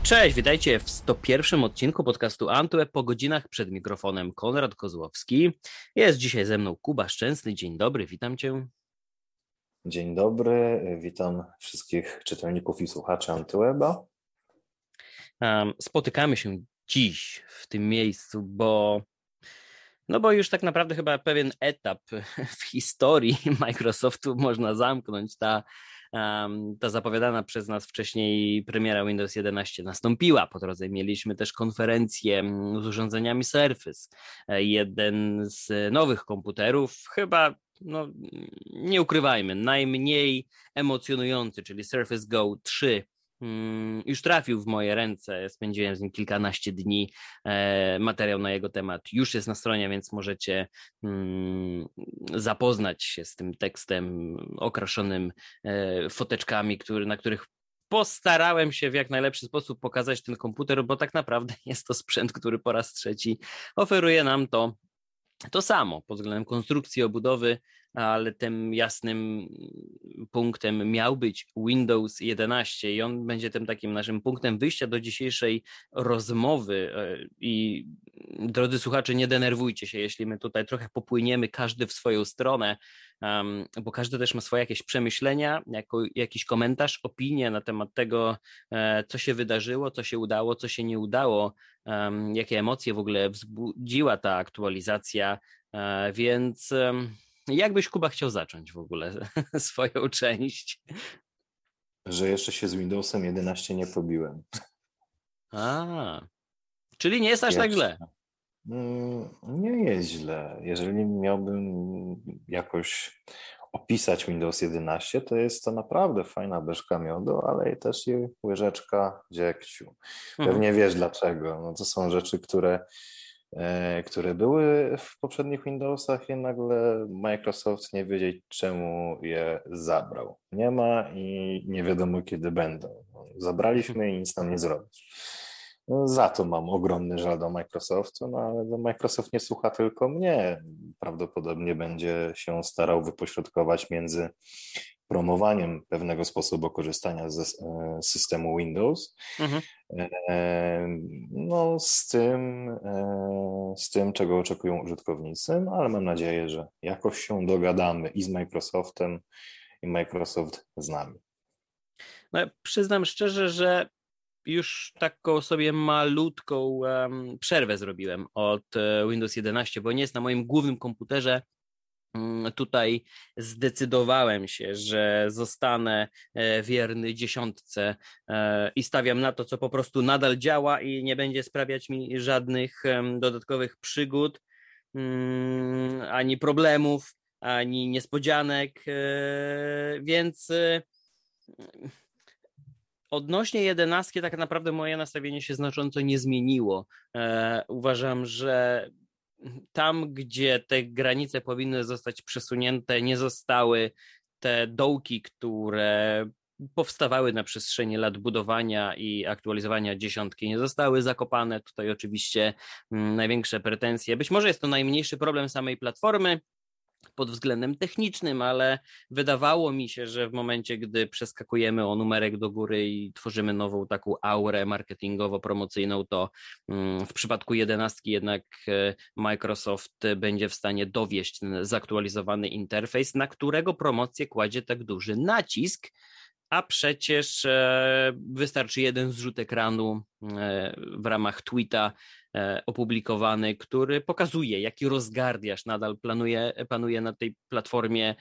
Cześć, witajcie w 101. odcinku podcastu Antweb po godzinach przed mikrofonem Konrad Kozłowski. Jest dzisiaj ze mną Kuba Szczęsny. Dzień dobry, witam cię. Dzień dobry, witam wszystkich czytelników i słuchaczy Antweba. Spotykamy się dziś w tym miejscu, bo już tak naprawdę chyba pewien etap w historii Microsoftu można zamknąć. Ta zapowiadana przez nas wcześniej premiera Windows 11 nastąpiła. Po drodze mieliśmy też konferencję z urządzeniami Surface. Jeden z nowych komputerów, chyba, nie ukrywajmy, najmniej emocjonujący, czyli Surface Go 3. Już trafił w moje ręce, spędziłem z nim kilkanaście dni, materiał na jego temat już jest na stronie, więc możecie zapoznać się z tym tekstem okraszonym foteczkami, na których postarałem się w jak najlepszy sposób pokazać ten komputer, bo tak naprawdę jest to sprzęt, który po raz trzeci oferuje nam to samo pod względem konstrukcji, obudowy, ale tym jasnym punktem miał być Windows 11 i on będzie tym takim naszym punktem wyjścia do dzisiejszej rozmowy. I drodzy słuchacze, nie denerwujcie się, jeśli my tutaj trochę popłyniemy każdy w swoją stronę, bo każdy też ma swoje jakieś przemyślenia, jakiś komentarz, opinię na temat tego, co się wydarzyło, co się udało, co się nie udało, jakie emocje w ogóle wzbudziła ta aktualizacja, więc jak byś, Kuba, chciał zacząć w ogóle swoją część? Że jeszcze się z Windowsem 11 nie pobiłem. Czyli nie jest aż tak źle. Nie jest źle. Jeżeli miałbym jakoś opisać Windows 11, to jest to naprawdę fajna beczka miodu, ale też i łyżeczka dziegciu. Pewnie wiesz dlaczego. No to są rzeczy, które były w poprzednich Windowsach i nagle Microsoft nie wiedzieć, czemu je zabrał. Nie ma i nie wiadomo, kiedy będą. Zabraliśmy i nic nam nie zrobić. No, za to mam ogromny żal do Microsoftu, no ale Microsoft nie słucha tylko mnie. Prawdopodobnie będzie się starał wypośrodkować między promowaniem pewnego sposobu korzystania ze systemu Windows, no z tym, czego oczekują użytkownicy, no, ale mam nadzieję, że jakoś się dogadamy i z Microsoftem, i Microsoft z nami. No, przyznam szczerze, że już taką sobie malutką przerwę zrobiłem od Windows 11, bo nie jest na moim głównym komputerze. Tutaj zdecydowałem się, że zostanę wierny dziesiątce i stawiam na to, co po prostu nadal działa i nie będzie sprawiać mi żadnych dodatkowych przygód, ani problemów, ani niespodzianek, więc odnośnie 11 tak naprawdę moje nastawienie się znacząco nie zmieniło. Uważam, że tam, gdzie te granice powinny zostać przesunięte, nie zostały te dołki, które powstawały na przestrzeni lat budowania i aktualizowania dziesiątki, nie zostały zakopane. Tutaj oczywiście największe pretensje. Być może jest to najmniejszy problem samej platformy pod względem technicznym, ale wydawało mi się, że w momencie, gdy przeskakujemy o numerek do góry i tworzymy nową taką aurę marketingowo-promocyjną, to w przypadku 11 jednak Microsoft będzie w stanie dowieść ten zaktualizowany interfejs, na którego promocję kładzie tak duży nacisk, a przecież wystarczy jeden zrzut ekranu w ramach tweeta opublikowany, który pokazuje, jaki rozgardiaż nadal panuje na tej platformie,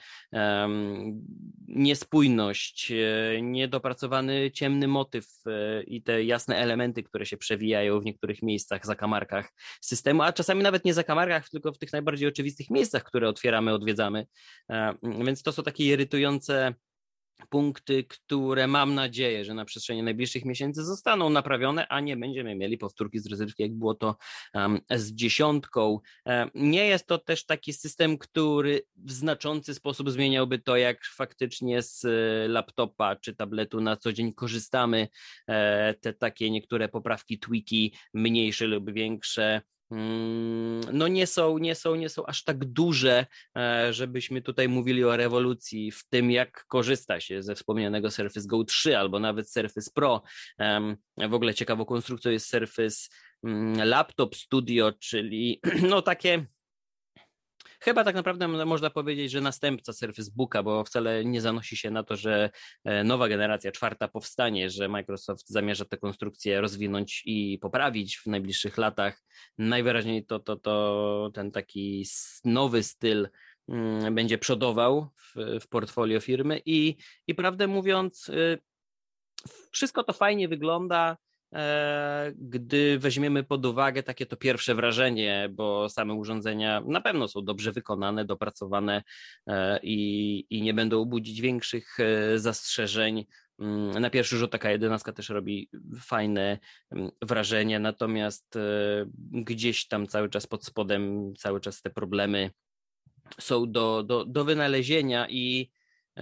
niespójność, niedopracowany ciemny motyw i te jasne elementy, które się przewijają w niektórych miejscach, zakamarkach systemu, a czasami nawet nie zakamarkach, tylko w tych najbardziej oczywistych miejscach, które otwieramy, odwiedzamy. Więc to są takie irytujące punkty, które mam nadzieję, że na przestrzeni najbliższych miesięcy zostaną naprawione, a nie będziemy mieli powtórki z rozrywki, jak było to z dziesiątką. Nie jest to też taki system, który w znaczący sposób zmieniałby to, jak faktycznie z laptopa czy tabletu na co dzień korzystamy. Te takie niektóre poprawki, tweaki, mniejsze lub większe, no nie są aż tak duże, żebyśmy tutaj mówili o rewolucji w tym, jak korzysta się ze wspomnianego Surface Go 3 albo nawet Surface Pro. W ogóle ciekawą konstrukcją jest Surface Laptop Studio, czyli no takie chyba tak naprawdę można powiedzieć, że następca Surface Booka, bo wcale nie zanosi się na to, że nowa generacja, czwarta powstanie, że Microsoft zamierza tę konstrukcję rozwinąć i poprawić w najbliższych latach. Najwyraźniej to ten taki nowy styl będzie przodował w portfolio firmy i prawdę mówiąc, wszystko to fajnie wygląda, gdy weźmiemy pod uwagę takie to pierwsze wrażenie, bo same urządzenia na pewno są dobrze wykonane, dopracowane i nie będą budzić większych zastrzeżeń. Na pierwszy rzut taka 11 też robi fajne wrażenie, natomiast gdzieś tam cały czas pod spodem, cały czas te problemy są do wynalezienia i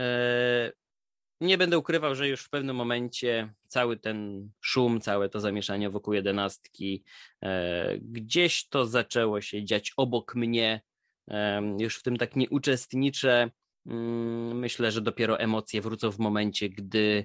nie będę ukrywał, że już w pewnym momencie cały ten szum, całe to zamieszanie wokół 11, gdzieś to zaczęło się dziać obok mnie, już w tym tak nie uczestniczę. Myślę, że dopiero emocje wrócą w momencie, gdy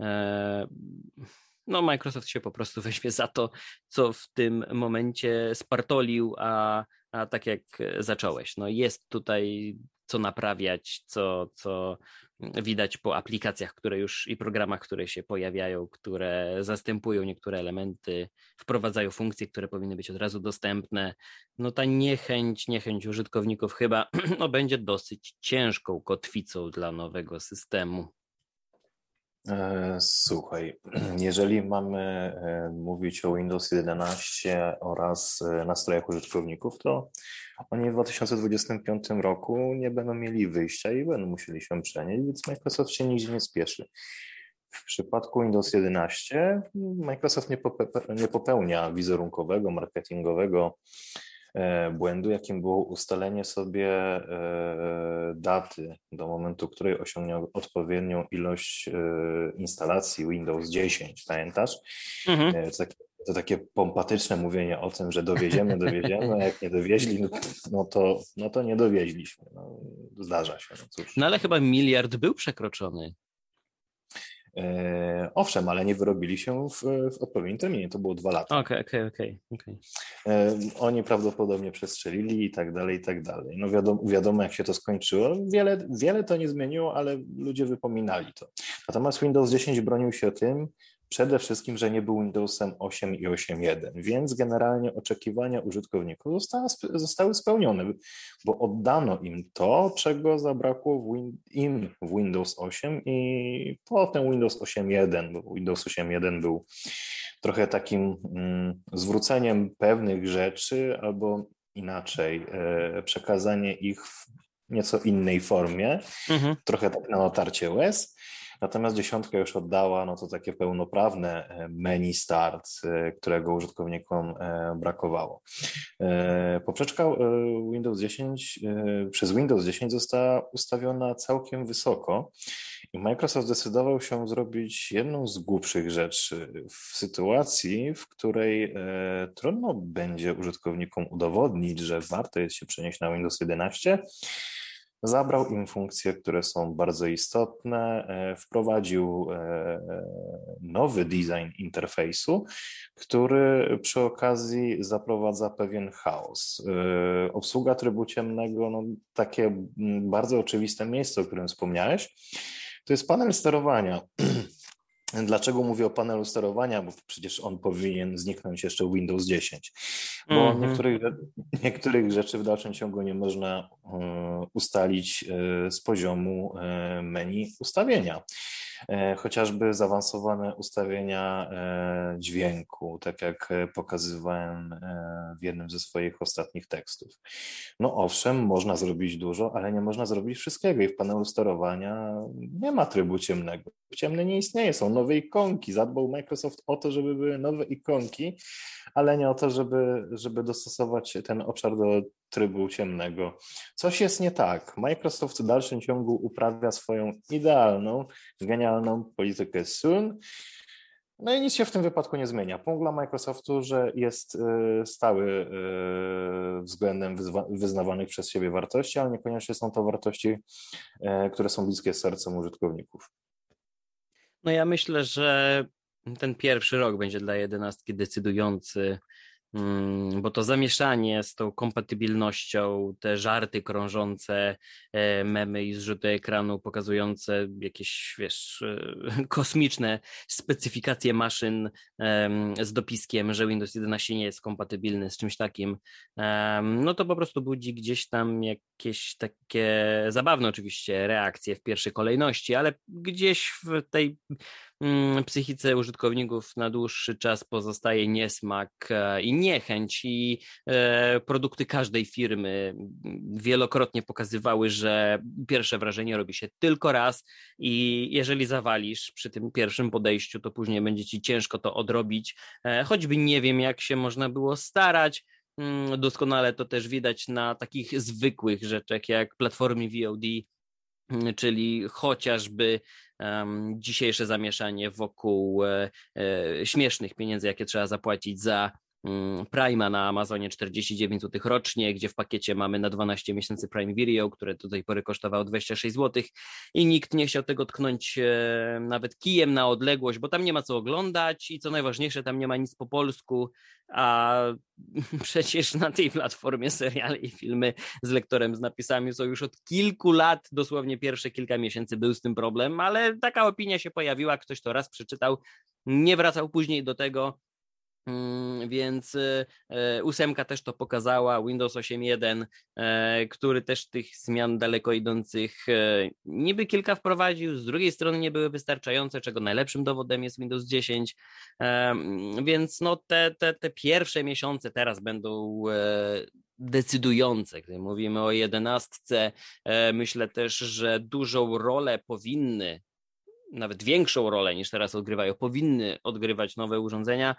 no Microsoft się po prostu weźmie za to, co w tym momencie spartolił, a tak jak zacząłeś, no jest tutaj co naprawiać, co widać po aplikacjach, które już i programach, które się pojawiają, które zastępują niektóre elementy, wprowadzają funkcje, które powinny być od razu dostępne. No ta niechęć użytkowników chyba no, będzie dosyć ciężką kotwicą dla nowego systemu. Słuchaj, jeżeli mamy mówić o Windows 11 oraz nastrojach użytkowników, to oni w 2025 roku nie będą mieli wyjścia i będą musieli się przenieść, więc Microsoft się nigdzie nie spieszy. W przypadku Windows 11 Microsoft nie popełnia wizerunkowego, marketingowego błędu, jakim było ustalenie sobie daty do momentu, w której osiągnie odpowiednią ilość instalacji Windows 10, pamiętasz? Mhm. To takie pompatyczne mówienie o tym, że dowieziemy, a jak nie dowieźli, no to nie dowieźliśmy. No, zdarza się, no cóż. No ale chyba 1 miliard był przekroczony. Owszem, ale nie wyrobili się w odpowiednim terminie, to było 2 lata. Okej. Oni prawdopodobnie przestrzelili i tak dalej, i tak dalej. No wiadomo jak się to skończyło. Wiele to nie zmieniło, ale ludzie wypominali to. Natomiast Windows 10 bronił się tym przede wszystkim, że nie był Windowsem 8 i 8.1, więc generalnie oczekiwania użytkowników zostały spełnione, bo oddano im to, czego zabrakło im w Windows 8 i potem Windows 8.1, bo Windows 8.1 był trochę takim zwróceniem pewnych rzeczy albo inaczej, przekazanie ich w nieco innej formie, trochę tak na otarcie łez. Natomiast 10 już oddała, no to takie pełnoprawne menu start, którego użytkownikom brakowało. Poprzeczka Windows 10 przez Windows 10 została ustawiona całkiem wysoko i Microsoft zdecydował się zrobić jedną z głupszych rzeczy w sytuacji, w której trudno będzie użytkownikom udowodnić, że warto jest się przenieść na Windows 11. Zabrał im funkcje, które są bardzo istotne, wprowadził nowy design interfejsu, który przy okazji zaprowadza pewien chaos. Obsługa trybu ciemnego, no takie bardzo oczywiste miejsce, o którym wspomniałeś, to jest panel sterowania. Dlaczego mówię o panelu sterowania? Bo przecież on powinien zniknąć jeszcze w Windows 10, bo niektórych rzeczy w dalszym ciągu nie można ustalić z poziomu menu ustawienia. Chociażby zaawansowane ustawienia dźwięku, tak jak pokazywałem w jednym ze swoich ostatnich tekstów. No owszem, można zrobić dużo, ale nie można zrobić wszystkiego i w panelu sterowania nie ma trybu ciemnego. Ciemny nie istnieje, są nowe ikonki. Zadbał Microsoft o to, żeby były nowe ikonki, ale nie o to, żeby dostosować ten obszar do trybu ciemnego. Coś jest nie tak. Microsoft w dalszym ciągu uprawia swoją idealną, genialną politykę Sun, No i nic się w tym wypadku nie zmienia. Punkt dla Microsoftu, że jest stały względem wyznawanych przez siebie wartości, ale niekoniecznie są to wartości, które są bliskie sercom użytkowników. No ja myślę, że ten pierwszy rok będzie dla 11 decydujący, bo to zamieszanie z tą kompatybilnością, te żarty krążące, memy i zrzuty ekranu pokazujące jakieś, wiesz, kosmiczne specyfikacje maszyn z dopiskiem, że Windows 11 nie jest kompatybilny z czymś takim, no to po prostu budzi gdzieś tam jakieś takie zabawne oczywiście reakcje w pierwszej kolejności, ale gdzieś w tej psychice użytkowników na dłuższy czas pozostaje niesmak i niechęć i produkty każdej firmy wielokrotnie pokazywały, że pierwsze wrażenie robi się tylko raz i jeżeli zawalisz przy tym pierwszym podejściu, to później będzie ci ciężko to odrobić, choćby nie wiem jak się można było starać. Doskonale to też widać na takich zwykłych rzeczach jak platformy VOD, czyli chociażby dzisiejsze zamieszanie wokół śmiesznych pieniędzy, jakie trzeba zapłacić za Prime'a na Amazonie 49 zł rocznie, gdzie w pakiecie mamy na 12 miesięcy Prime Video, które do tej pory kosztowało 26 zł i nikt nie chciał tego tknąć nawet kijem na odległość, bo tam nie ma co oglądać i co najważniejsze, tam nie ma nic po polsku, a przecież na tej platformie seriale i filmy z lektorem z napisami są już od kilku lat, dosłownie pierwsze kilka miesięcy był z tym problem, ale taka opinia się pojawiła, ktoś to raz przeczytał, nie wracał później do tego. Więc 8 też to pokazała, Windows 8.1, który też tych zmian daleko idących niby kilka wprowadził, z drugiej strony nie były wystarczające, czego najlepszym dowodem jest Windows 10, więc no te pierwsze miesiące teraz będą decydujące, gdy mówimy o 11. Myślę też, że dużą rolę powinny, nawet większą rolę niż teraz odgrywają, powinny odgrywać nowe urządzenia.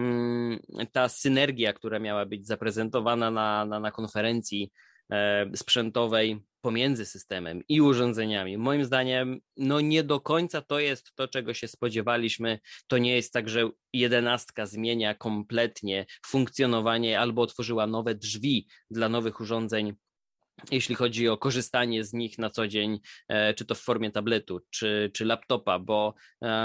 Ta synergia, która miała być zaprezentowana na konferencji sprzętowej pomiędzy systemem i urządzeniami, moim zdaniem no nie do końca to jest to, czego się spodziewaliśmy. To nie jest tak, że 11 zmienia kompletnie funkcjonowanie albo otworzyła nowe drzwi dla nowych urządzeń, jeśli chodzi o korzystanie z nich na co dzień, czy to w formie tabletu, czy laptopa, bo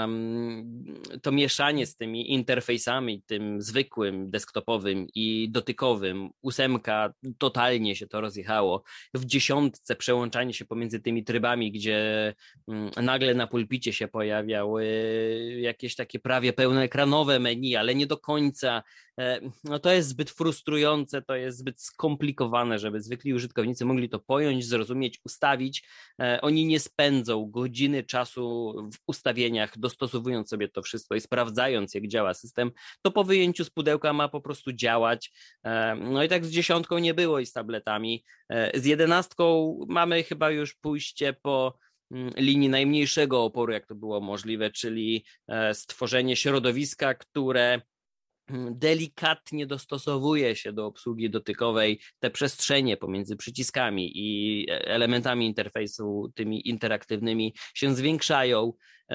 to mieszanie z tymi interfejsami, tym zwykłym, desktopowym i dotykowym, 8 totalnie się to rozjechało. W 10 przełączanie się pomiędzy tymi trybami, gdzie nagle na pulpicie się pojawiały jakieś takie prawie pełnoekranowe menu, ale nie do końca. No to jest zbyt frustrujące, to jest zbyt skomplikowane, żeby zwykli użytkownicy mogli to pojąć, zrozumieć, ustawić. Oni nie spędzą godziny czasu w ustawieniach, dostosowując sobie to wszystko i sprawdzając, jak działa system. To po wyjęciu z pudełka ma po prostu działać. No i tak z 10 nie było i z tabletami. Z 11 mamy chyba już pójście po linii najmniejszego oporu, jak to było możliwe, czyli stworzenie środowiska, które delikatnie dostosowuje się do obsługi dotykowej, te przestrzenie pomiędzy przyciskami i elementami interfejsu, tymi interaktywnymi się zwiększają.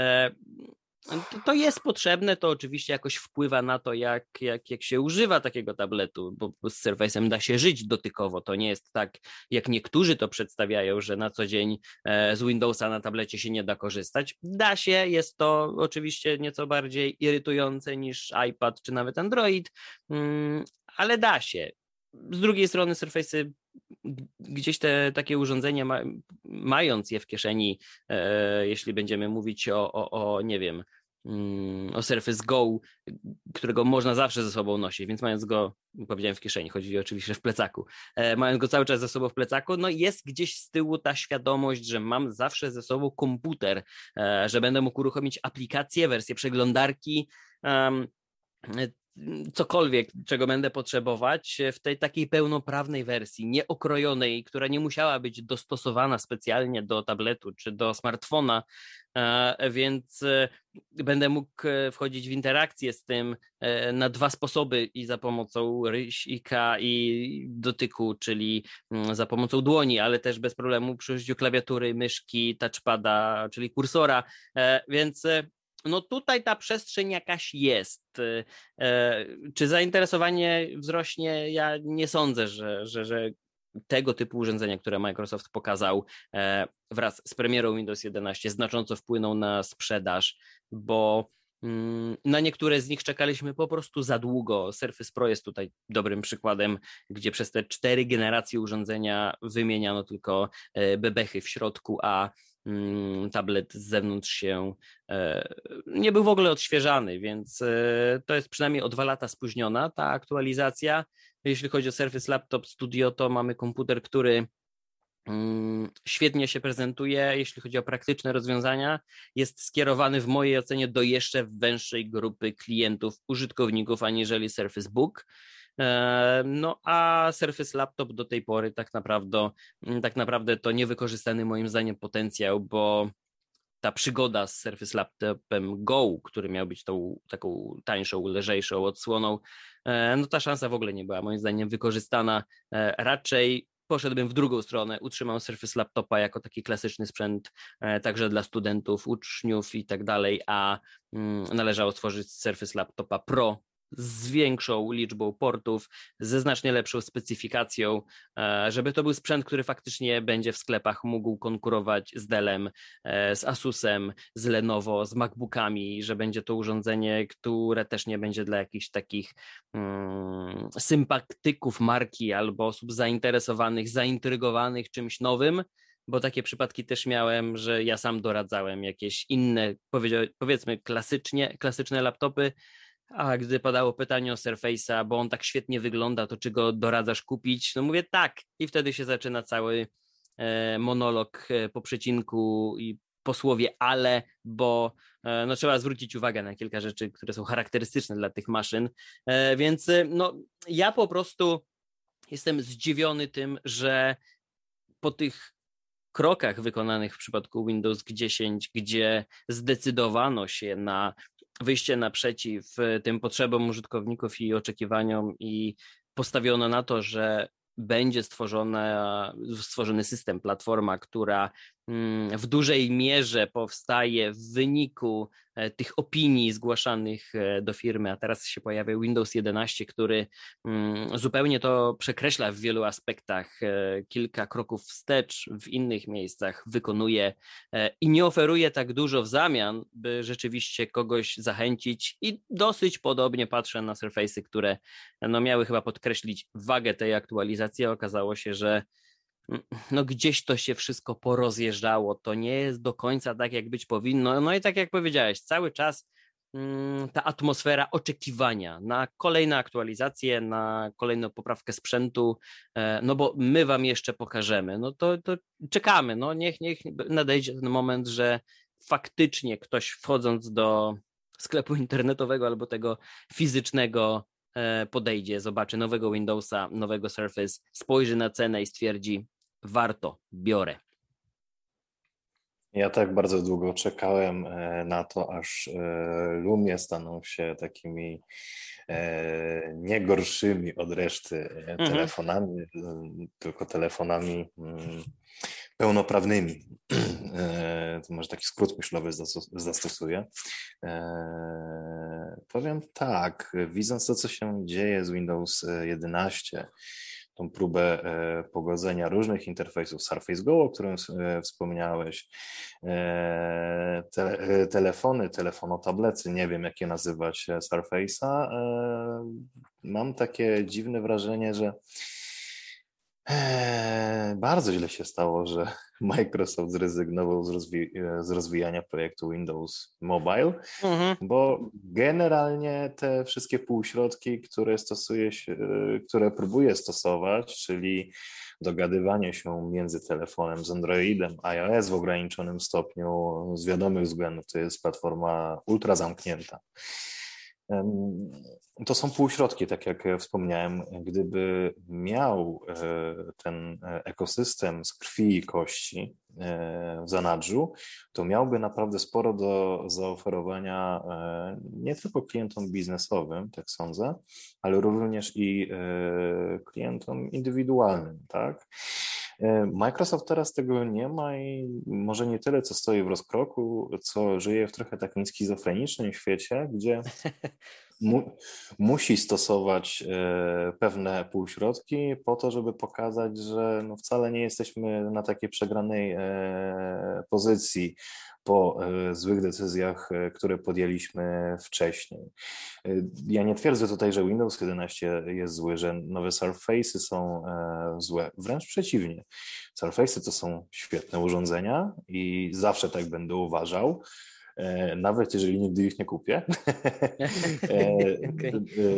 To jest potrzebne, to oczywiście jakoś wpływa na to, jak się używa takiego tabletu, bo z Surface'em da się żyć dotykowo. To nie jest tak, jak niektórzy to przedstawiają, że na co dzień z Windowsa na tablecie się nie da korzystać. Da się, jest to oczywiście nieco bardziej irytujące niż iPad czy nawet Android, ale da się. Z drugiej strony Surface'y gdzieś te takie urządzenia, mając je w kieszeni, jeśli będziemy mówić o nie wiem, o Surface Go, którego można zawsze ze sobą nosić, więc mając go, powiedziałem w kieszeni, chodzi oczywiście w plecaku, mając go cały czas ze sobą w plecaku, no jest gdzieś z tyłu ta świadomość, że mam zawsze ze sobą komputer, że będę mógł uruchomić aplikację, wersję przeglądarki, cokolwiek, czego będę potrzebować w tej takiej pełnoprawnej wersji, nieokrojonej, która nie musiała być dostosowana specjalnie do tabletu czy do smartfona, więc będę mógł wchodzić w interakcję z tym na dwa sposoby i za pomocą rysika i dotyku, czyli za pomocą dłoni, ale też bez problemu przy użyciu klawiatury, myszki, touchpada, czyli kursora, więc no tutaj ta przestrzeń jakaś jest. Czy zainteresowanie wzrośnie? Ja nie sądzę, że tego typu urządzenia, które Microsoft pokazał wraz z premierą Windows 11 znacząco wpłyną na sprzedaż, bo na niektóre z nich czekaliśmy po prostu za długo. Surface Pro jest tutaj dobrym przykładem, gdzie przez te 4 generacje urządzenia wymieniano tylko bebechy w środku, a tablet z zewnątrz się nie był w ogóle odświeżany, więc to jest przynajmniej o 2 lata spóźniona ta aktualizacja. Jeśli chodzi o Surface Laptop Studio, to mamy komputer, który świetnie się prezentuje, jeśli chodzi o praktyczne rozwiązania. Jest skierowany w mojej ocenie do jeszcze węższej grupy klientów, użytkowników, aniżeli Surface Book. No a Surface Laptop do tej pory tak naprawdę to niewykorzystany moim zdaniem potencjał, bo ta przygoda z Surface Laptopem Go, który miał być tą taką tańszą, lżejszą odsłoną, no ta szansa w ogóle nie była moim zdaniem wykorzystana. Raczej poszedłbym w drugą stronę, utrzymał Surface Laptopa jako taki klasyczny sprzęt także dla studentów, uczniów i tak dalej, a należało stworzyć Surface Laptopa Pro z większą liczbą portów, ze znacznie lepszą specyfikacją, żeby to był sprzęt, który faktycznie będzie w sklepach mógł konkurować z Dellem, z Asusem, z Lenovo, z MacBookami, że będzie to urządzenie, które też nie będzie dla jakichś takich sympatyków marki albo osób zainteresowanych, zaintrygowanych czymś nowym, bo takie przypadki też miałem, że ja sam doradzałem jakieś inne, powiedzmy klasyczne laptopy, a gdy padało pytanie o Surface'a, bo on tak świetnie wygląda, to czy go doradzasz kupić? No mówię tak i wtedy się zaczyna cały monolog po przecinku i po słowie ale, bo no, trzeba zwrócić uwagę na kilka rzeczy, które są charakterystyczne dla tych maszyn, więc no, ja po prostu jestem zdziwiony tym, że po tych krokach wykonanych w przypadku Windows 10, gdzie zdecydowano się na wyjście naprzeciw tym potrzebom użytkowników i oczekiwaniom i postawiono na to, że będzie stworzony system, platforma, która w dużej mierze powstaje w wyniku tych opinii zgłaszanych do firmy, a teraz się pojawia Windows 11, który zupełnie to przekreśla w wielu aspektach, kilka kroków wstecz w innych miejscach wykonuje i nie oferuje tak dużo w zamian, by rzeczywiście kogoś zachęcić i dosyć podobnie patrzę na Surface'y, które no, miały chyba podkreślić wagę tej aktualizacji, a okazało się, że no gdzieś to się wszystko porozjeżdżało, to nie jest do końca tak, jak być powinno. No i tak jak powiedziałeś, cały czas ta atmosfera oczekiwania na kolejne aktualizacje, na kolejną poprawkę sprzętu, no bo my wam jeszcze pokażemy, no to czekamy, no niech nadejdzie ten moment, że faktycznie ktoś wchodząc do sklepu internetowego albo tego fizycznego podejdzie, zobaczy nowego Windowsa, nowego Surface, spojrzy na cenę i stwierdzi, warto, biorę. Ja tak bardzo długo czekałem na to, aż Lumie staną się takimi nie gorszymi od reszty telefonami, tylko telefonami pełnoprawnymi. To może taki skrót myślowy zastosuję. Powiem tak, widząc to, co się dzieje z Windows 11, tą próbę pogodzenia różnych interfejsów, Surface Go, o którym wspomniałeś, telefonotablety, nie wiem jak je nazywać, Surface'a, mam takie dziwne wrażenie, że bardzo źle się stało, że Microsoft zrezygnował z rozwijania projektu Windows Mobile, bo generalnie te wszystkie półśrodki, które próbuje stosować, czyli dogadywanie się między telefonem z Androidem, iOS w ograniczonym stopniu, z wiadomych względów, to jest platforma ultra zamknięta. To są półśrodki, tak jak wspomniałem. Gdyby miał ten ekosystem z krwi i kości w zanadrzu, to miałby naprawdę sporo do zaoferowania nie tylko klientom biznesowym, tak sądzę, ale również i klientom indywidualnym, tak? Microsoft teraz tego nie ma i może nie tyle, co stoi w rozkroku, co żyje w trochę takim schizofrenicznym świecie, gdzie musi stosować pewne półśrodki po to, żeby pokazać, że no wcale nie jesteśmy na takiej przegranej pozycji po złych decyzjach, które podjęliśmy wcześniej. Ja nie twierdzę tutaj, że Windows 11 jest zły, że nowe Surface'y są złe. Wręcz przeciwnie. Surface'y to są świetne urządzenia i zawsze tak będę uważał. Nawet jeżeli nigdy ich nie kupię. Okay.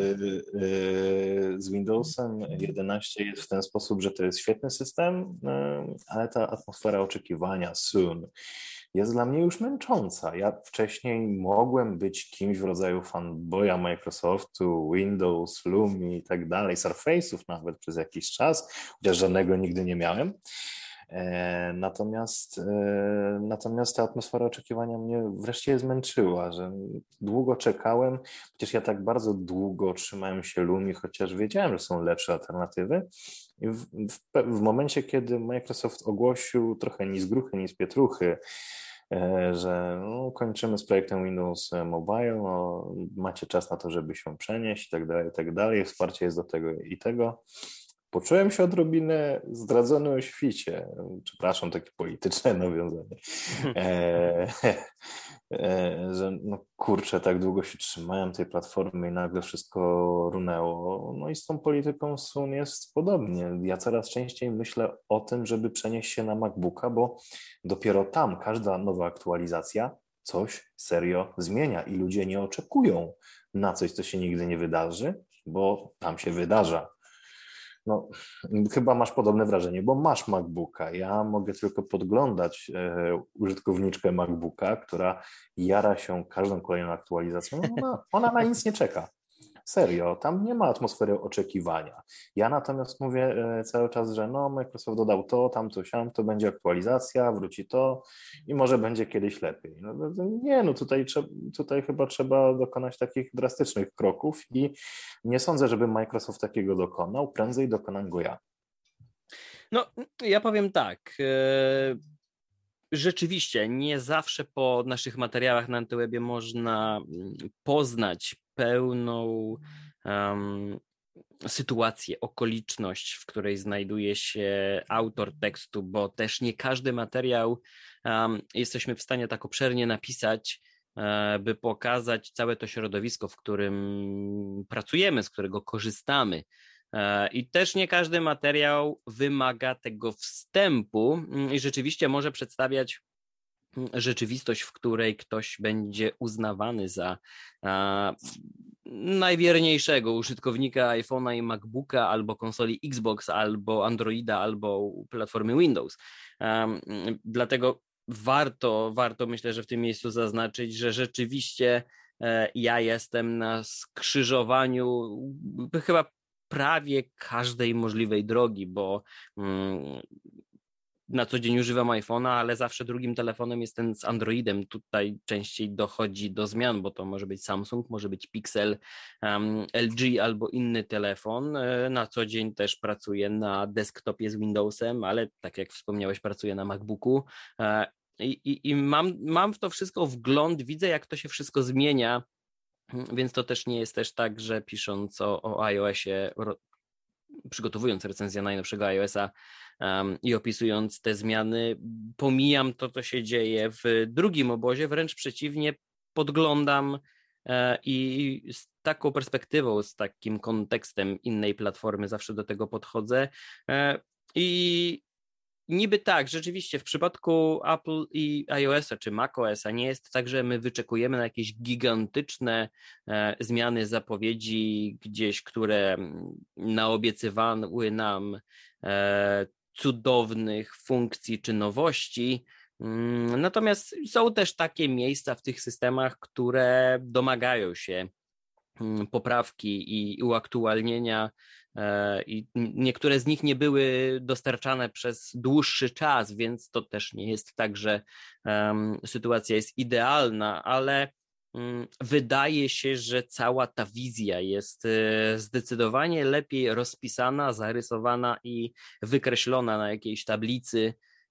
Z Windowsem 11 jest w ten sposób, że to jest świetny system, ale ta atmosfera oczekiwania soon jest dla mnie już męcząca. Ja wcześniej mogłem być kimś w rodzaju fanboya Microsoftu, Windows, Lumii i tak dalej, Surface'ów nawet przez jakiś czas, chociaż żadnego nigdy nie miałem. Natomiast ta atmosfera oczekiwania mnie wreszcie zmęczyła, że długo czekałem, przecież ja tak bardzo długo trzymałem się Lumii, chociaż wiedziałem, że są lepsze alternatywy. I w momencie, kiedy Microsoft ogłosił trochę ni z gruchy, ni z pietruchy, że no, kończymy z projektem Windows Mobile, no, macie czas na to, żeby się przenieść i tak dalej, wsparcie jest do tego i tego. Poczułem się odrobinę zdradzony o świcie. Przepraszam, takie polityczne nawiązanie. Że no kurczę, tak długo się trzymałem tej platformy i nagle wszystko runęło. No i z tą polityką Sun jest podobnie. Ja coraz częściej myślę o tym, żeby przenieść się na MacBooka, bo dopiero tam każda nowa aktualizacja coś serio zmienia i ludzie nie oczekują na coś, co się nigdy nie wydarzy, bo tam się wydarza. No, chyba masz podobne wrażenie, bo masz MacBooka. Ja mogę tylko podglądać użytkowniczkę MacBooka, która jara się każdą kolejną aktualizacją. Ona na nic nie czeka. Serio, tam nie ma atmosfery oczekiwania. Ja natomiast mówię cały czas, że no Microsoft dodał to, tamto, siam, to będzie aktualizacja, wróci to i może będzie kiedyś lepiej. Nie, no tutaj chyba trzeba dokonać takich drastycznych kroków i nie sądzę, żeby Microsoft takiego dokonał, prędzej dokonam go ja. No, ja powiem tak. Rzeczywiście, nie zawsze po naszych materiałach na Antywebie można poznać pełną sytuację, okoliczność, w której znajduje się autor tekstu, bo też nie każdy materiał jesteśmy w stanie tak obszernie napisać, by pokazać całe to środowisko, w którym pracujemy, z którego korzystamy. I też nie każdy materiał wymaga tego wstępu i rzeczywiście może przedstawiać rzeczywistość, w której ktoś będzie uznawany za najwierniejszego użytkownika iPhone'a i MacBooka, albo konsoli Xbox, albo Androida, albo platformy Windows. Dlatego warto myślę, że w tym miejscu zaznaczyć, że rzeczywiście ja jestem na skrzyżowaniu chyba prawie każdej możliwej drogi, bo na co dzień używam iPhone'a, ale zawsze drugim telefonem jest ten z Androidem. Tutaj częściej dochodzi do zmian, bo to może być Samsung, może być Pixel, LG albo inny telefon. Na co dzień też pracuję na desktopie z Windowsem, ale tak jak wspomniałeś, pracuję na MacBooku. I mam w to wszystko wgląd, widzę jak to się wszystko zmienia, więc to też nie jest też tak, że pisząc o iOSie, przygotowując recenzję najnowszego iOS-a i opisując te zmiany, pomijam to, co się dzieje w drugim obozie, wręcz przeciwnie, podglądam i z taką perspektywą, z takim kontekstem innej platformy zawsze do tego podchodzę i niby tak, rzeczywiście w przypadku Apple i iOS-a czy macOS-a nie jest tak, że my wyczekujemy na jakieś gigantyczne zmiany, zapowiedzi gdzieś, które naobiecywały nam cudownych funkcji czy nowości. Natomiast są też takie miejsca w tych systemach, które domagają się poprawki i uaktualnienia i niektóre z nich nie były dostarczane przez dłuższy czas, więc to też nie jest tak, że sytuacja jest idealna, ale wydaje się, że cała ta wizja jest zdecydowanie lepiej rozpisana, zarysowana i wykreślona na jakiejś tablicy.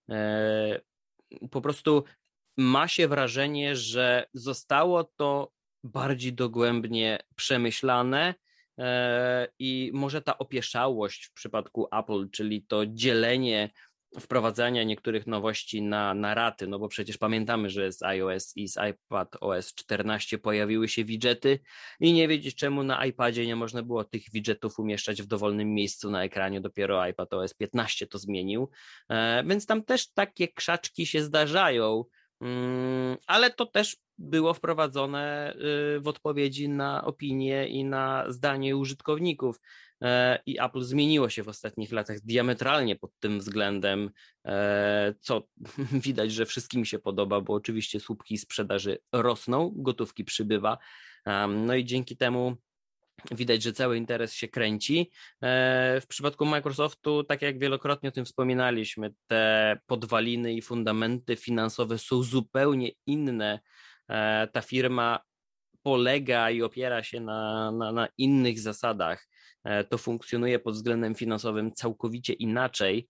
Po prostu ma się wrażenie, że zostało to bardziej dogłębnie przemyślane i może ta opieszałość w przypadku Apple, czyli to dzielenie wprowadzania niektórych nowości na raty, no bo przecież pamiętamy, że z iOS i z iPadOS 14 pojawiły się widgety i nie wiedzieć czemu na iPadzie nie można było tych widgetów umieszczać w dowolnym miejscu na ekranie, dopiero iPadOS 15 to zmienił, więc tam też takie krzaczki się zdarzają, ale to też było wprowadzone w odpowiedzi na opinie i na zdanie użytkowników. I Apple zmieniło się w ostatnich latach diametralnie pod tym względem, co widać, że wszystkim się podoba, bo oczywiście słupki sprzedaży rosną, gotówki przybywa, no i dzięki temu widać, że cały interes się kręci. W przypadku Microsoftu, tak jak wielokrotnie o tym wspominaliśmy, te podwaliny i fundamenty finansowe są zupełnie inne. Ta firma polega i opiera się na innych zasadach. To funkcjonuje pod względem finansowym całkowicie inaczej.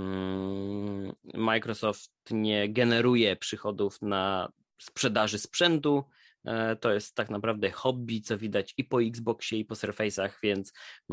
Microsoft nie generuje przychodów na sprzedaży sprzętu. To jest tak naprawdę hobby, co widać i po Xboxie, i po Surface'ach, więc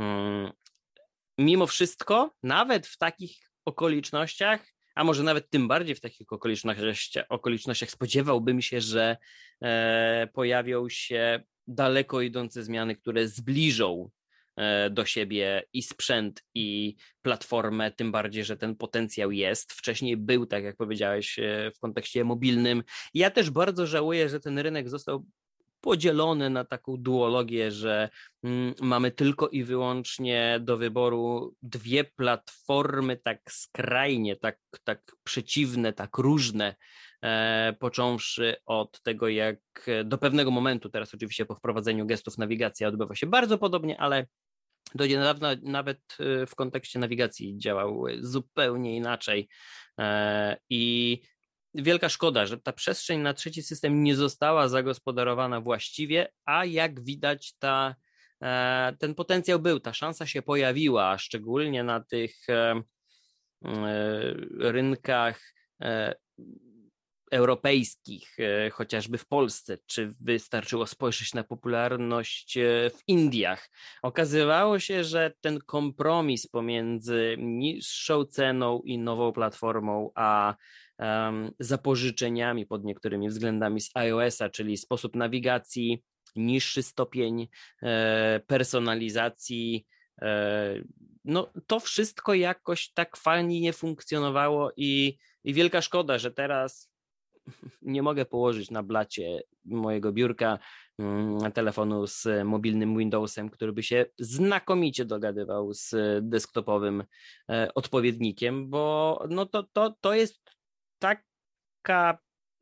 mimo wszystko, nawet w takich okolicznościach, a może nawet tym bardziej w takich okolicznościach spodziewałbym się, że pojawią się daleko idące zmiany, które zbliżą do siebie i sprzęt, i platformę, tym bardziej, że ten potencjał jest. Wcześniej był, tak jak powiedziałeś, w kontekście mobilnym. Ja też bardzo żałuję, że ten rynek został podzielony na taką duologię, że mamy tylko i wyłącznie do wyboru dwie platformy tak skrajnie, tak przeciwne, tak różne, począwszy od tego, jak do pewnego momentu, teraz oczywiście po wprowadzeniu gestów nawigacja odbywa się bardzo podobnie, ale do niedawna nawet w kontekście nawigacji działał zupełnie inaczej i wielka szkoda, że ta przestrzeń na trzeci system nie została zagospodarowana właściwie, a jak widać ten potencjał był, ta szansa się pojawiła, szczególnie na tych rynkach europejskich, chociażby w Polsce, czy wystarczyło spojrzeć na popularność w Indiach. Okazywało się, że ten kompromis pomiędzy niższą ceną i nową platformą, a zapożyczeniami pod niektórymi względami z iOS-a, czyli sposób nawigacji, niższy stopień personalizacji, no to wszystko jakoś tak fajnie nie funkcjonowało i wielka szkoda, że teraz nie mogę położyć na blacie mojego biurka telefonu z mobilnym Windowsem, który by się znakomicie dogadywał z desktopowym odpowiednikiem, bo no to jest taka...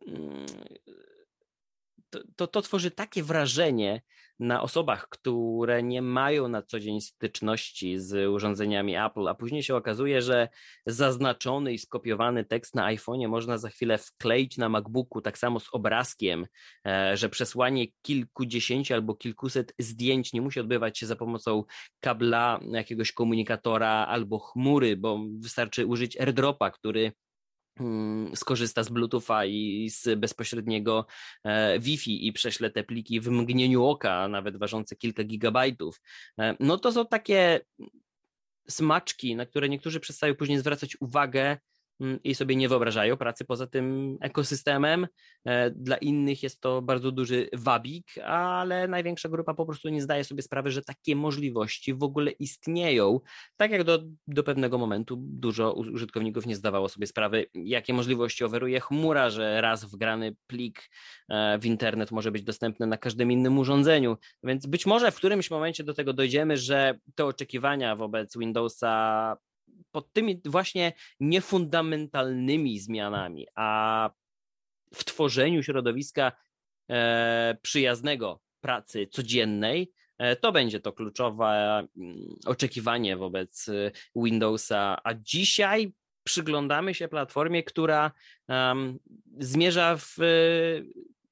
To tworzy takie wrażenie na osobach, które nie mają na co dzień styczności z urządzeniami Apple, a później się okazuje, że zaznaczony i skopiowany tekst na iPhone'ie można za chwilę wkleić na MacBooku, tak samo z obrazkiem, że przesłanie kilkudziesięciu albo kilkuset zdjęć nie musi odbywać się za pomocą kabla jakiegoś komunikatora albo chmury, bo wystarczy użyć AirDropa, który skorzysta z Bluetootha i z bezpośredniego Wi-Fi i prześle te pliki w mgnieniu oka, nawet ważące kilka gigabajtów. No to są takie smaczki, na które niektórzy przestają później zwracać uwagę i sobie nie wyobrażają pracy poza tym ekosystemem. Dla innych jest to bardzo duży wabik, ale największa grupa po prostu nie zdaje sobie sprawy, że takie możliwości w ogóle istnieją. Tak jak do pewnego momentu dużo użytkowników nie zdawało sobie sprawy, jakie możliwości oferuje chmura, że raz wgrany plik w internet może być dostępny na każdym innym urządzeniu. Więc być może w którymś momencie do tego dojdziemy, że te oczekiwania wobec Windowsa pod tymi właśnie niefundamentalnymi zmianami, a w tworzeniu środowiska przyjaznego pracy codziennej, to będzie to kluczowe oczekiwanie wobec Windowsa, a dzisiaj przyglądamy się platformie, która zmierza w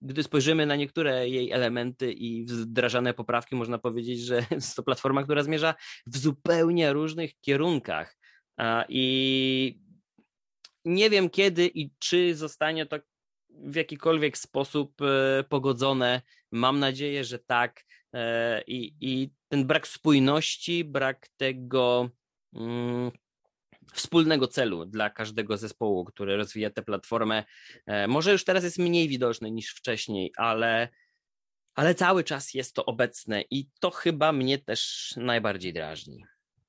gdy spojrzymy na niektóre jej elementy i wdrażane poprawki, można powiedzieć, że jest to platforma, która zmierza w zupełnie różnych kierunkach. I nie wiem kiedy i czy zostanie to w jakikolwiek sposób pogodzone. Mam nadzieję, że tak. I ten brak spójności, brak tego wspólnego celu dla każdego zespołu, który rozwija tę platformę, może już teraz jest mniej widoczny niż wcześniej, ale cały czas jest to obecne i to chyba mnie też najbardziej drażni.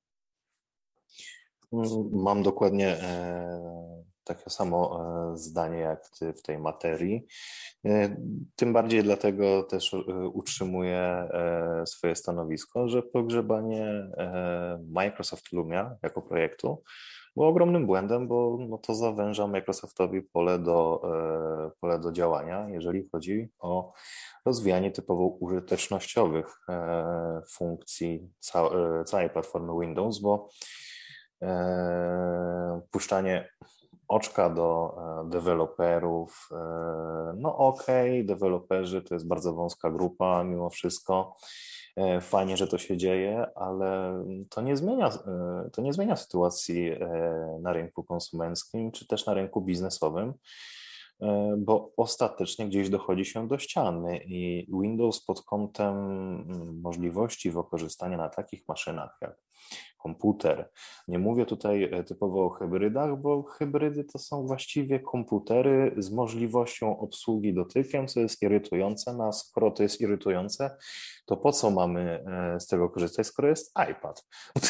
Mam dokładnie takie samo zdanie jak ty w tej materii. Tym bardziej dlatego też utrzymuję swoje stanowisko, że pogrzebanie Microsoft Lumia jako projektu było ogromnym błędem, bo no to zawęża Microsoftowi pole do działania, jeżeli chodzi o rozwijanie typowo użytecznościowych funkcji całej platformy Windows, bo puszczanie oczka do deweloperów, no okej, deweloperzy to jest bardzo wąska grupa mimo wszystko, fajnie, że to się dzieje, ale to nie zmienia sytuacji na rynku konsumenckim, czy też na rynku biznesowym, bo ostatecznie gdzieś dochodzi się do ściany i Windows pod kątem możliwości wykorzystania na takich maszynach jak komputer. Nie mówię tutaj typowo o hybrydach, bo hybrydy to są właściwie komputery z możliwością obsługi dotykiem, co jest irytujące. No a skoro to jest irytujące, to po co mamy z tego korzystać, skoro jest iPad?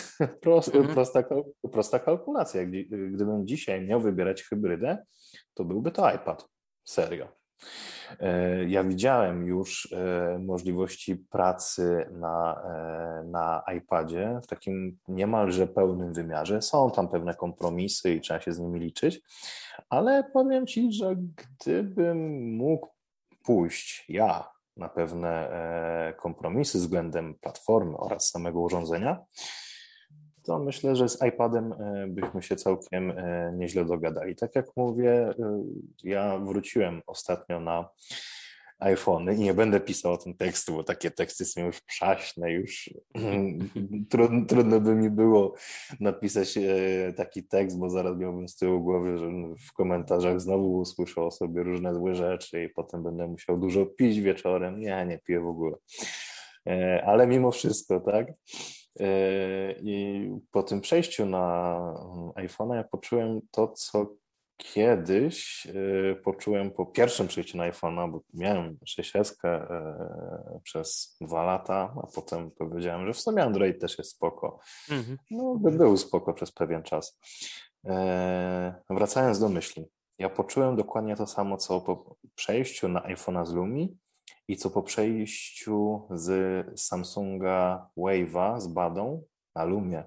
Prosta kalkulacja. Gdybym dzisiaj miał wybierać hybrydę, to byłby to iPad. Serio. Ja widziałem już możliwości pracy na iPadzie w takim niemalże pełnym wymiarze. Są tam pewne kompromisy i trzeba się z nimi liczyć, ale powiem Ci, że gdybym mógł pójść na pewne kompromisy względem platformy oraz samego urządzenia, to myślę, że z iPadem byśmy się całkiem nieźle dogadali. Tak jak mówię, ja wróciłem ostatnio na iPhony i nie będę pisał o tym tekstu, bo takie teksty są już przaśne, już trudno by mi było napisać taki tekst, bo zaraz miałbym z tyłu głowy, że w komentarzach znowu usłyszę o sobie różne złe rzeczy i potem będę musiał dużo pić wieczorem. Nie piję w ogóle. Ale mimo wszystko, tak? I po tym przejściu na iPhone'a ja poczułem to, co kiedyś poczułem po pierwszym przejściu na iPhone'a, bo miałem 6S przez 2 lata, a potem powiedziałem, że w sumie Android też jest spoko. No, był spoko przez pewien czas. Wracając do myśli, ja poczułem dokładnie to samo, co po przejściu na iPhone'a z Lumi i co po przejściu z Samsunga Wave'a z Badą na Lumie.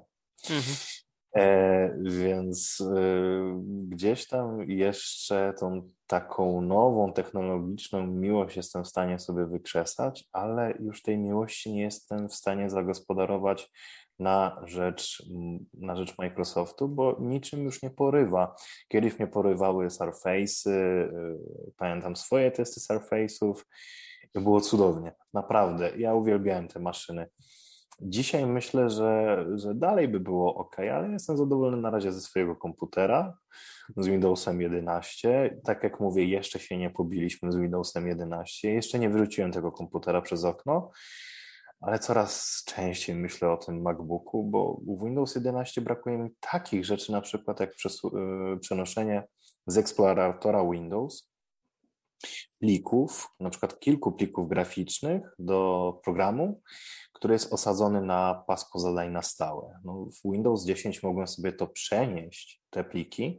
Więc gdzieś tam jeszcze tą taką nową technologiczną miłość jestem w stanie sobie wykrzesać, ale już tej miłości nie jestem w stanie zagospodarować na rzecz Microsoftu, bo niczym już nie porywa. Kiedyś mnie porywały Surface'y, pamiętam swoje testy Surface'ów i było cudownie, naprawdę. Ja uwielbiałem te maszyny. Dzisiaj myślę, że dalej by było ok, ale jestem zadowolony na razie ze swojego komputera, z Windowsem 11. Tak jak mówię, jeszcze się nie pobiliśmy z Windowsem 11. Jeszcze nie wyrzuciłem tego komputera przez okno, ale coraz częściej myślę o tym MacBooku, bo w Windows 11 brakuje mi takich rzeczy, na przykład jak przenoszenie z eksploratora Windows plików, na przykład kilku plików graficznych do programu, który jest osadzony na pasku zadań na stałe. No, w Windows 10 mogłem sobie to przenieść, te pliki,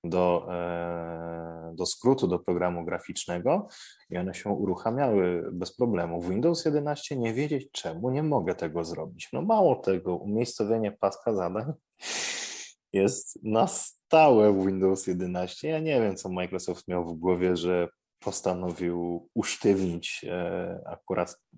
do skrótu do programu graficznego i one się uruchamiały bez problemu. W Windows 11 nie wiedzieć czemu nie mogę tego zrobić. No mało tego, umiejscowienie paska zadań jest na stałe w Windows 11. Ja nie wiem, co Microsoft miał w głowie, że postanowił usztywnić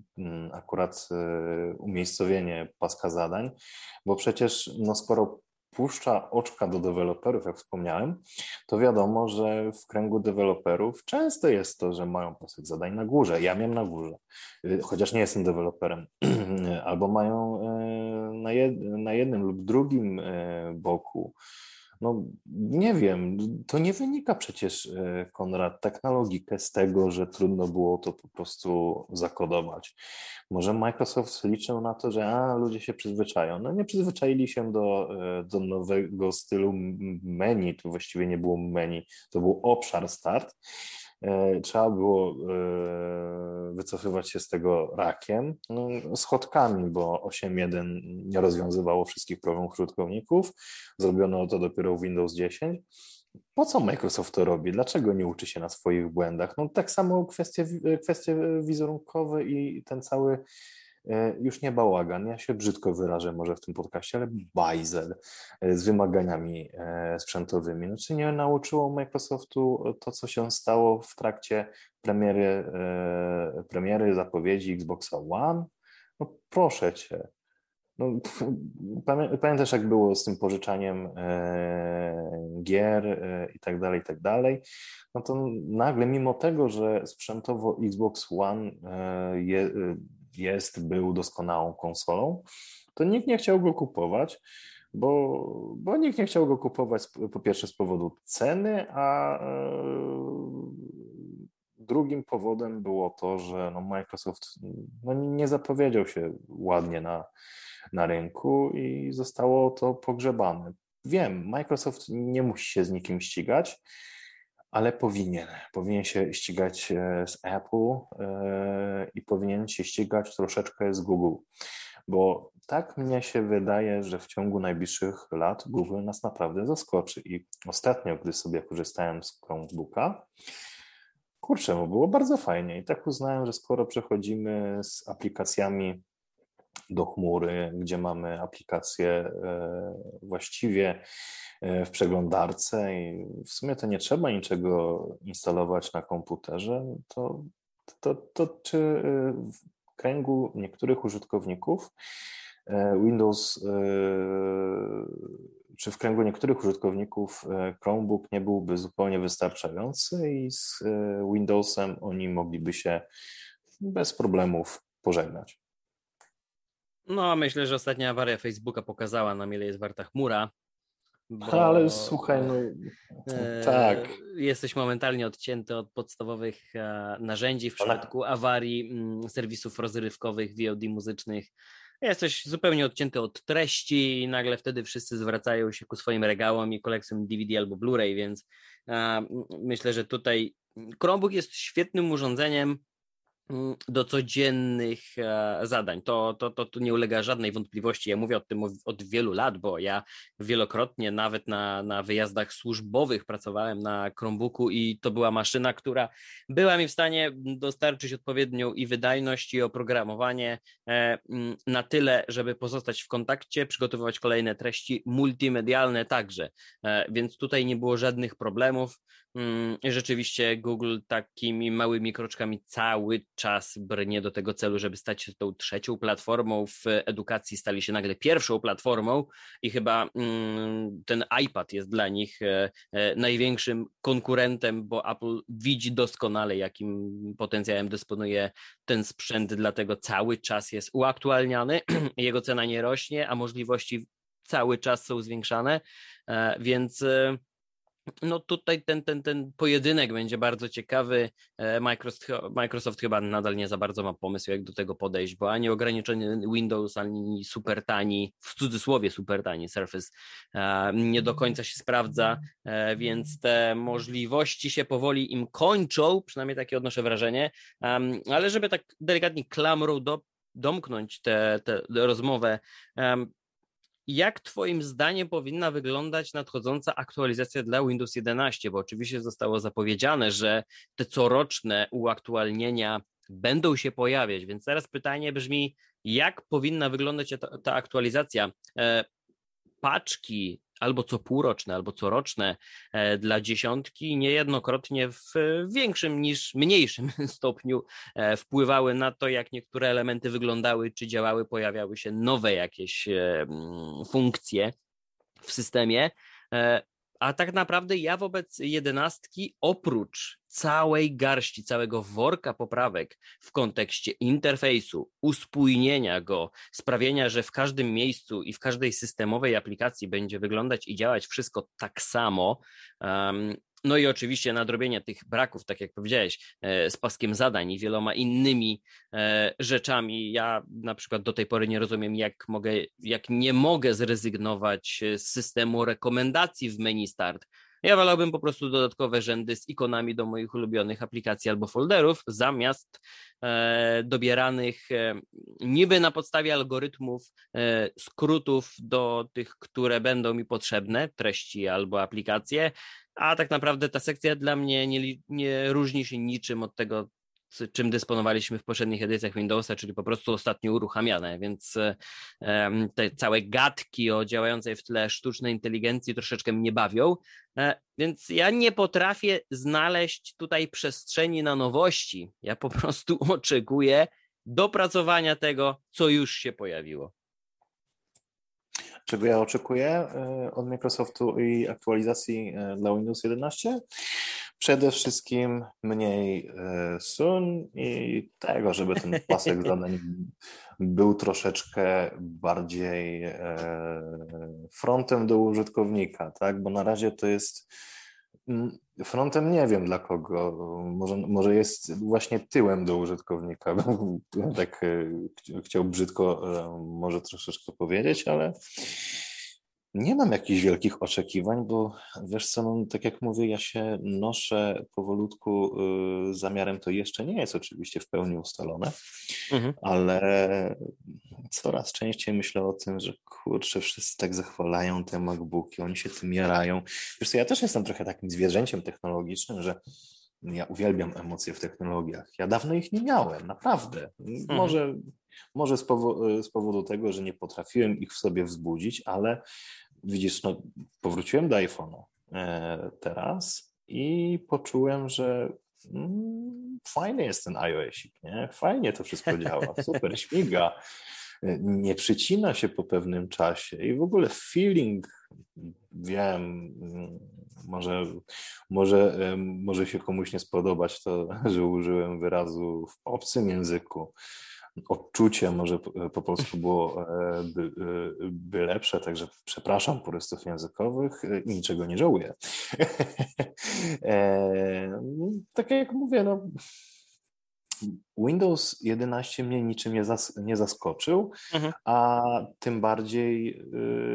akurat umiejscowienie paska zadań, bo przecież no skoro puszcza oczka do deweloperów, jak wspomniałem, to wiadomo, że w kręgu deweloperów często jest to, że mają pasek zadań na górze. Ja miałem na górze, chociaż nie jestem deweloperem. Albo mają na jednym lub drugim boku. No nie wiem, to nie wynika przecież, Konrad, tak na logikę z tego, że trudno było to po prostu zakodować. Może Microsoft liczył na to, że ludzie się przyzwyczają. No nie przyzwyczaili się do nowego stylu menu, to właściwie nie było menu, to był obszar start. Trzeba było wycofywać się z tego rakiem, no, schodkami, bo 8.1 nie rozwiązywało wszystkich problemów użytkowników. Zrobiono to dopiero w Windows 10. Po co Microsoft to robi? Dlaczego nie uczy się na swoich błędach? No tak samo kwestie wizerunkowe i ten cały, już nie bałagan, ja się brzydko wyrażę może w tym podcaście, ale bajzel z wymaganiami sprzętowymi. Znaczy nie nauczyło Microsoftu to, co się stało w trakcie premiery zapowiedzi Xboxa One? No proszę cię. No, pamiętasz, jak było z tym pożyczaniem gier i tak dalej, i tak dalej. No to nagle, mimo tego, że sprzętowo Xbox One był doskonałą konsolą, to nikt nie chciał go kupować, bo nikt nie chciał go kupować po pierwsze z powodu ceny, a drugim powodem było to, że Microsoft nie zapowiedział się ładnie na rynku i zostało to pogrzebane. Wiem, Microsoft nie musi się z nikim ścigać, ale powinien się ścigać z Apple i powinien się ścigać troszeczkę z Google, bo tak mnie się wydaje, że w ciągu najbliższych lat Google nas naprawdę zaskoczy i ostatnio, gdy sobie korzystałem z Chromebooka, kurczę, było bardzo fajnie i tak uznałem, że skoro przechodzimy z aplikacjami do chmury, gdzie mamy aplikacje właściwie w przeglądarce i w sumie to nie trzeba niczego instalować na komputerze, to czy w kręgu niektórych użytkowników w kręgu niektórych użytkowników Chromebook nie byłby zupełnie wystarczający i z Windowsem oni mogliby się bez problemów pożegnać. No, myślę, że ostatnia awaria Facebooka pokazała nam, ile jest warta chmura. Ale słuchaj, tak. Jesteś momentalnie odcięty od podstawowych narzędzi w przypadku awarii serwisów rozrywkowych, VOD muzycznych. Jesteś zupełnie odcięty od treści i nagle wtedy wszyscy zwracają się ku swoim regałom i kolekcjom DVD albo Blu-ray, więc myślę, że tutaj Chromebook jest świetnym urządzeniem do codziennych zadań. To nie ulega żadnej wątpliwości. Ja mówię o tym od wielu lat, bo ja wielokrotnie nawet na wyjazdach służbowych pracowałem na Chromebooku i to była maszyna, która była mi w stanie dostarczyć odpowiednią i wydajność i oprogramowanie na tyle, żeby pozostać w kontakcie, przygotowywać kolejne treści multimedialne także. Więc tutaj nie było żadnych problemów. Rzeczywiście Google takimi małymi kroczkami cały czas brnie do tego celu, żeby stać się tą trzecią platformą w edukacji, stali się nagle pierwszą platformą i chyba ten iPad jest dla nich największym konkurentem, bo Apple widzi doskonale, jakim potencjałem dysponuje ten sprzęt, dlatego cały czas jest uaktualniany, jego cena nie rośnie, a możliwości cały czas są zwiększane, więc no tutaj ten pojedynek będzie bardzo ciekawy. Microsoft chyba nadal nie za bardzo ma pomysł, jak do tego podejść, bo ani ograniczony Windows, ani super tani, w cudzysłowie super tani Surface nie do końca się sprawdza, więc te możliwości się powoli im kończą, przynajmniej takie odnoszę wrażenie, ale żeby tak delikatnie klamrą domknąć tę rozmowę, jak twoim zdaniem powinna wyglądać nadchodząca aktualizacja dla Windows 11? Bo oczywiście zostało zapowiedziane, że te coroczne uaktualnienia będą się pojawiać, więc teraz pytanie brzmi, jak powinna wyglądać ta aktualizacja? Paczki albo co półroczne, albo coroczne dla dziesiątki niejednokrotnie w większym niż mniejszym stopniu wpływały na to, jak niektóre elementy wyglądały, czy działały, pojawiały się nowe jakieś funkcje. w systemie, a tak naprawdę ja wobec 11 oprócz całej garści, całego worka poprawek w kontekście interfejsu, uspójnienia go, sprawienia, że w każdym miejscu i w każdej systemowej aplikacji będzie wyglądać i działać wszystko tak samo, no i oczywiście nadrobienie tych braków, tak jak powiedziałeś, z paskiem zadań i wieloma innymi rzeczami. Ja na przykład do tej pory nie rozumiem, jak nie mogę zrezygnować z systemu rekomendacji w menu Start. Ja wolałbym po prostu dodatkowe rzędy z ikonami do moich ulubionych aplikacji albo folderów, zamiast dobieranych niby na podstawie algorytmów skrótów do tych, które będą mi potrzebne, treści albo aplikacje, a tak naprawdę ta sekcja dla mnie nie różni się niczym od tego, czym dysponowaliśmy w poprzednich edycjach Windowsa, czyli po prostu ostatnio uruchamiane, więc te całe gadki o działającej w tle sztucznej inteligencji troszeczkę mnie bawią, więc ja nie potrafię znaleźć tutaj przestrzeni na nowości. Ja po prostu oczekuję dopracowania tego, co już się pojawiło. Czego ja oczekuję od Microsoftu i aktualizacji dla Windows 11? Przede wszystkim mniej sun i tego, żeby ten pasek zadań był troszeczkę bardziej frontem do użytkownika, tak? Bo na razie to jest frontem, nie wiem dla kogo, może jest właśnie tyłem do użytkownika, tak chciał brzydko może troszeczkę powiedzieć, ale nie mam jakichś wielkich oczekiwań, bo wiesz co, no, tak jak mówię, ja się noszę powolutku zamiarem, to jeszcze nie jest oczywiście w pełni ustalone, ale coraz częściej myślę o tym, że kurczę, wszyscy tak zachwalają te MacBooki, oni się tym jarają. Wiesz co, ja też jestem trochę takim zwierzęciem technologicznym, że ja uwielbiam emocje w technologiach. Ja dawno ich nie miałem, naprawdę. Może z powodu tego, że nie potrafiłem ich w sobie wzbudzić, ale widzisz, no, powróciłem do iPhone'u teraz i poczułem, że fajny jest ten iOS-ik, nie? Fajnie to wszystko działa, super, śmiga, nie przycina się po pewnym czasie i w ogóle feeling, wiem, może się komuś nie spodobać to, że użyłem wyrazu w obcym języku. Odczucie może po polsku by lepsze, także przepraszam purystów językowych i niczego nie żałuję. Tak jak mówię, no, Windows 11 mnie niczym nie zaskoczył, a tym bardziej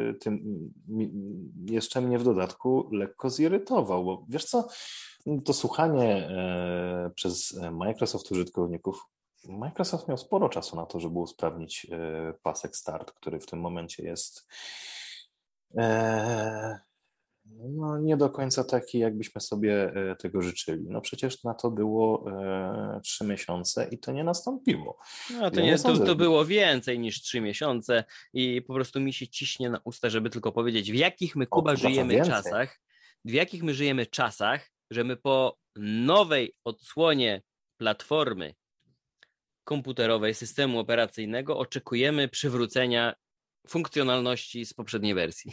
jeszcze mnie w dodatku lekko zirytował, bo wiesz co, to słuchanie przez Microsoft użytkowników, Microsoft miał sporo czasu na to, żeby usprawnić pasek Start, który w tym momencie jest no, nie do końca taki, jakbyśmy sobie tego życzyli. No przecież na to było 3 miesiące i to nie nastąpiło. No to było więcej niż 3 miesiące i po prostu mi się ciśnie na usta, żeby tylko powiedzieć, w jakich my, Kuba, żyjemy czasach, że my po nowej odsłonie platformy komputerowej, systemu operacyjnego oczekujemy przywrócenia funkcjonalności z poprzedniej wersji.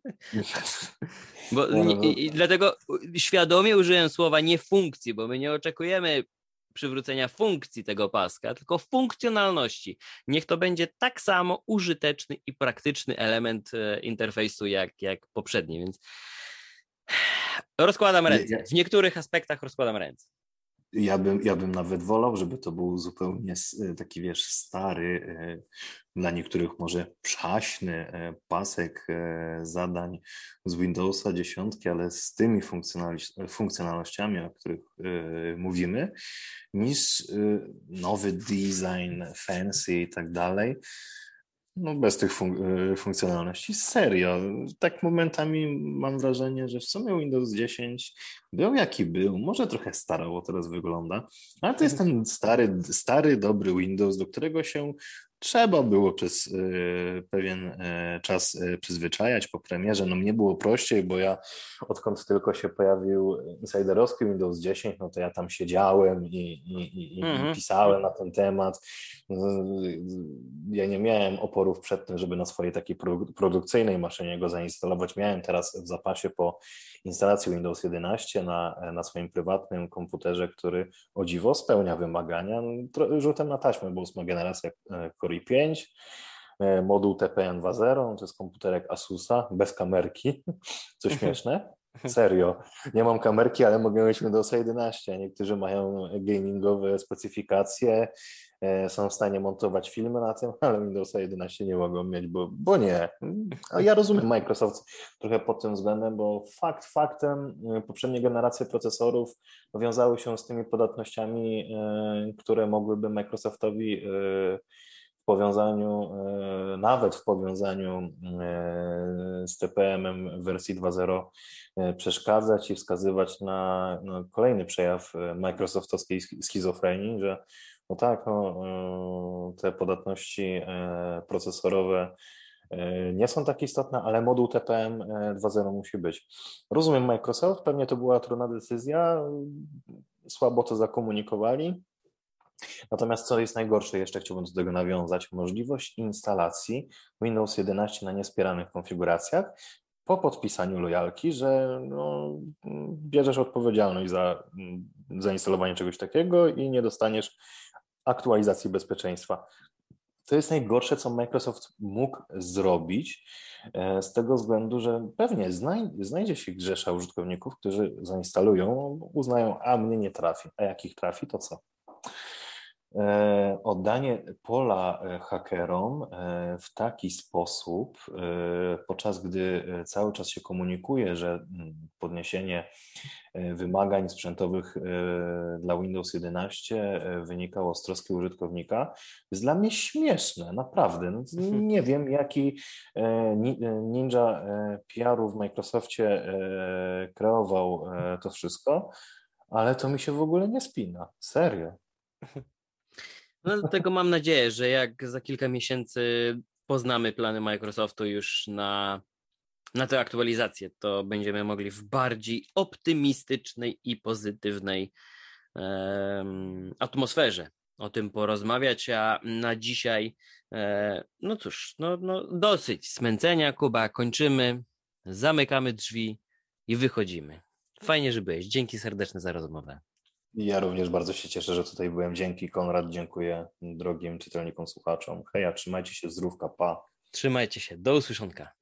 I dlatego świadomie użyłem słowa nie funkcji, bo my nie oczekujemy przywrócenia funkcji tego paska, tylko funkcjonalności. Niech to będzie tak samo użyteczny i praktyczny element interfejsu jak poprzedni, więc rozkładam ręce. W niektórych aspektach rozkładam ręce. Ja bym nawet wolał, żeby to był zupełnie taki, wiesz, stary, dla niektórych może przaśny pasek zadań z Windowsa 10, ale z tymi funkcjonalnościami, o których mówimy, niż nowy design, fancy i tak dalej. No bez tych funkcjonalności. Serio. Tak momentami mam wrażenie, że w sumie Windows 10 Był jaki był, może trochę starało teraz wygląda, ale to jest ten stary, dobry Windows, do którego się trzeba było przez pewien czas przyzwyczajać po premierze. No mnie było prościej, bo ja odkąd tylko się pojawił insiderowski Windows 10, no to ja tam siedziałem i pisałem na ten temat. Ja nie miałem oporów przed tym, żeby na swojej takiej produkcyjnej maszynie go zainstalować. Miałem teraz w zapasie po instalacji Windows 11 na swoim prywatnym komputerze, który o dziwo spełnia wymagania. Rzutem na taśmę, bo 8 generacja Core i5, moduł TPM 2.0, to jest komputerek Asusa, bez kamerki, co śmieszne. Serio, nie mam kamerki, ale mogę mieć Windows 11. Niektórzy mają gamingowe specyfikacje, są w stanie montować filmy na tym, ale Windows 11 nie mogą mieć, bo nie. A ja rozumiem Microsoft trochę pod tym względem, bo faktem poprzednie generacje procesorów wiązały się z tymi podatnościami, które mogłyby Microsoftowi w powiązaniu, nawet w powiązaniu z TPM-em w wersji 2.0 przeszkadzać i wskazywać na kolejny przejaw microsoftowskiej schizofrenii, że no tak, te podatności procesorowe nie są tak istotne, ale moduł TPM 2.0 musi być. Rozumiem Microsoft, pewnie to była trudna decyzja, słabo to zakomunikowali. Natomiast co jest najgorsze, jeszcze chciałbym do tego nawiązać, możliwość instalacji Windows 11 na niespieranych konfiguracjach po podpisaniu lojalki, że bierzesz odpowiedzialność za zainstalowanie czegoś takiego i nie dostaniesz aktualizacji bezpieczeństwa. To jest najgorsze, co Microsoft mógł zrobić, z tego względu, że pewnie znajdzie się grzesza użytkowników, którzy zainstalują, uznają, a mnie nie trafi, a jak ich trafi, to co? Oddanie pola hakerom w taki sposób, podczas gdy cały czas się komunikuje, że podniesienie wymagań sprzętowych dla Windows 11 wynikało z troski użytkownika, jest dla mnie śmieszne, naprawdę. No, nie wiem, jaki ninja PR-u w Microsoftie kreował to wszystko, ale to mi się w ogóle nie spina, serio. No dlatego mam nadzieję, że jak za kilka miesięcy poznamy plany Microsoftu już na tę aktualizację, to będziemy mogli w bardziej optymistycznej i pozytywnej atmosferze o tym porozmawiać, a na dzisiaj no cóż, dosyć smęcenia, Kuba, kończymy, zamykamy drzwi i wychodzimy. Fajnie, że byłeś. Dzięki serdeczne za rozmowę. Ja również bardzo się cieszę, że tutaj byłem. Dzięki, Konrad, dziękuję drogim czytelnikom, słuchaczom. Heja, trzymajcie się, zdrówka, pa. Trzymajcie się, do usłyszonka.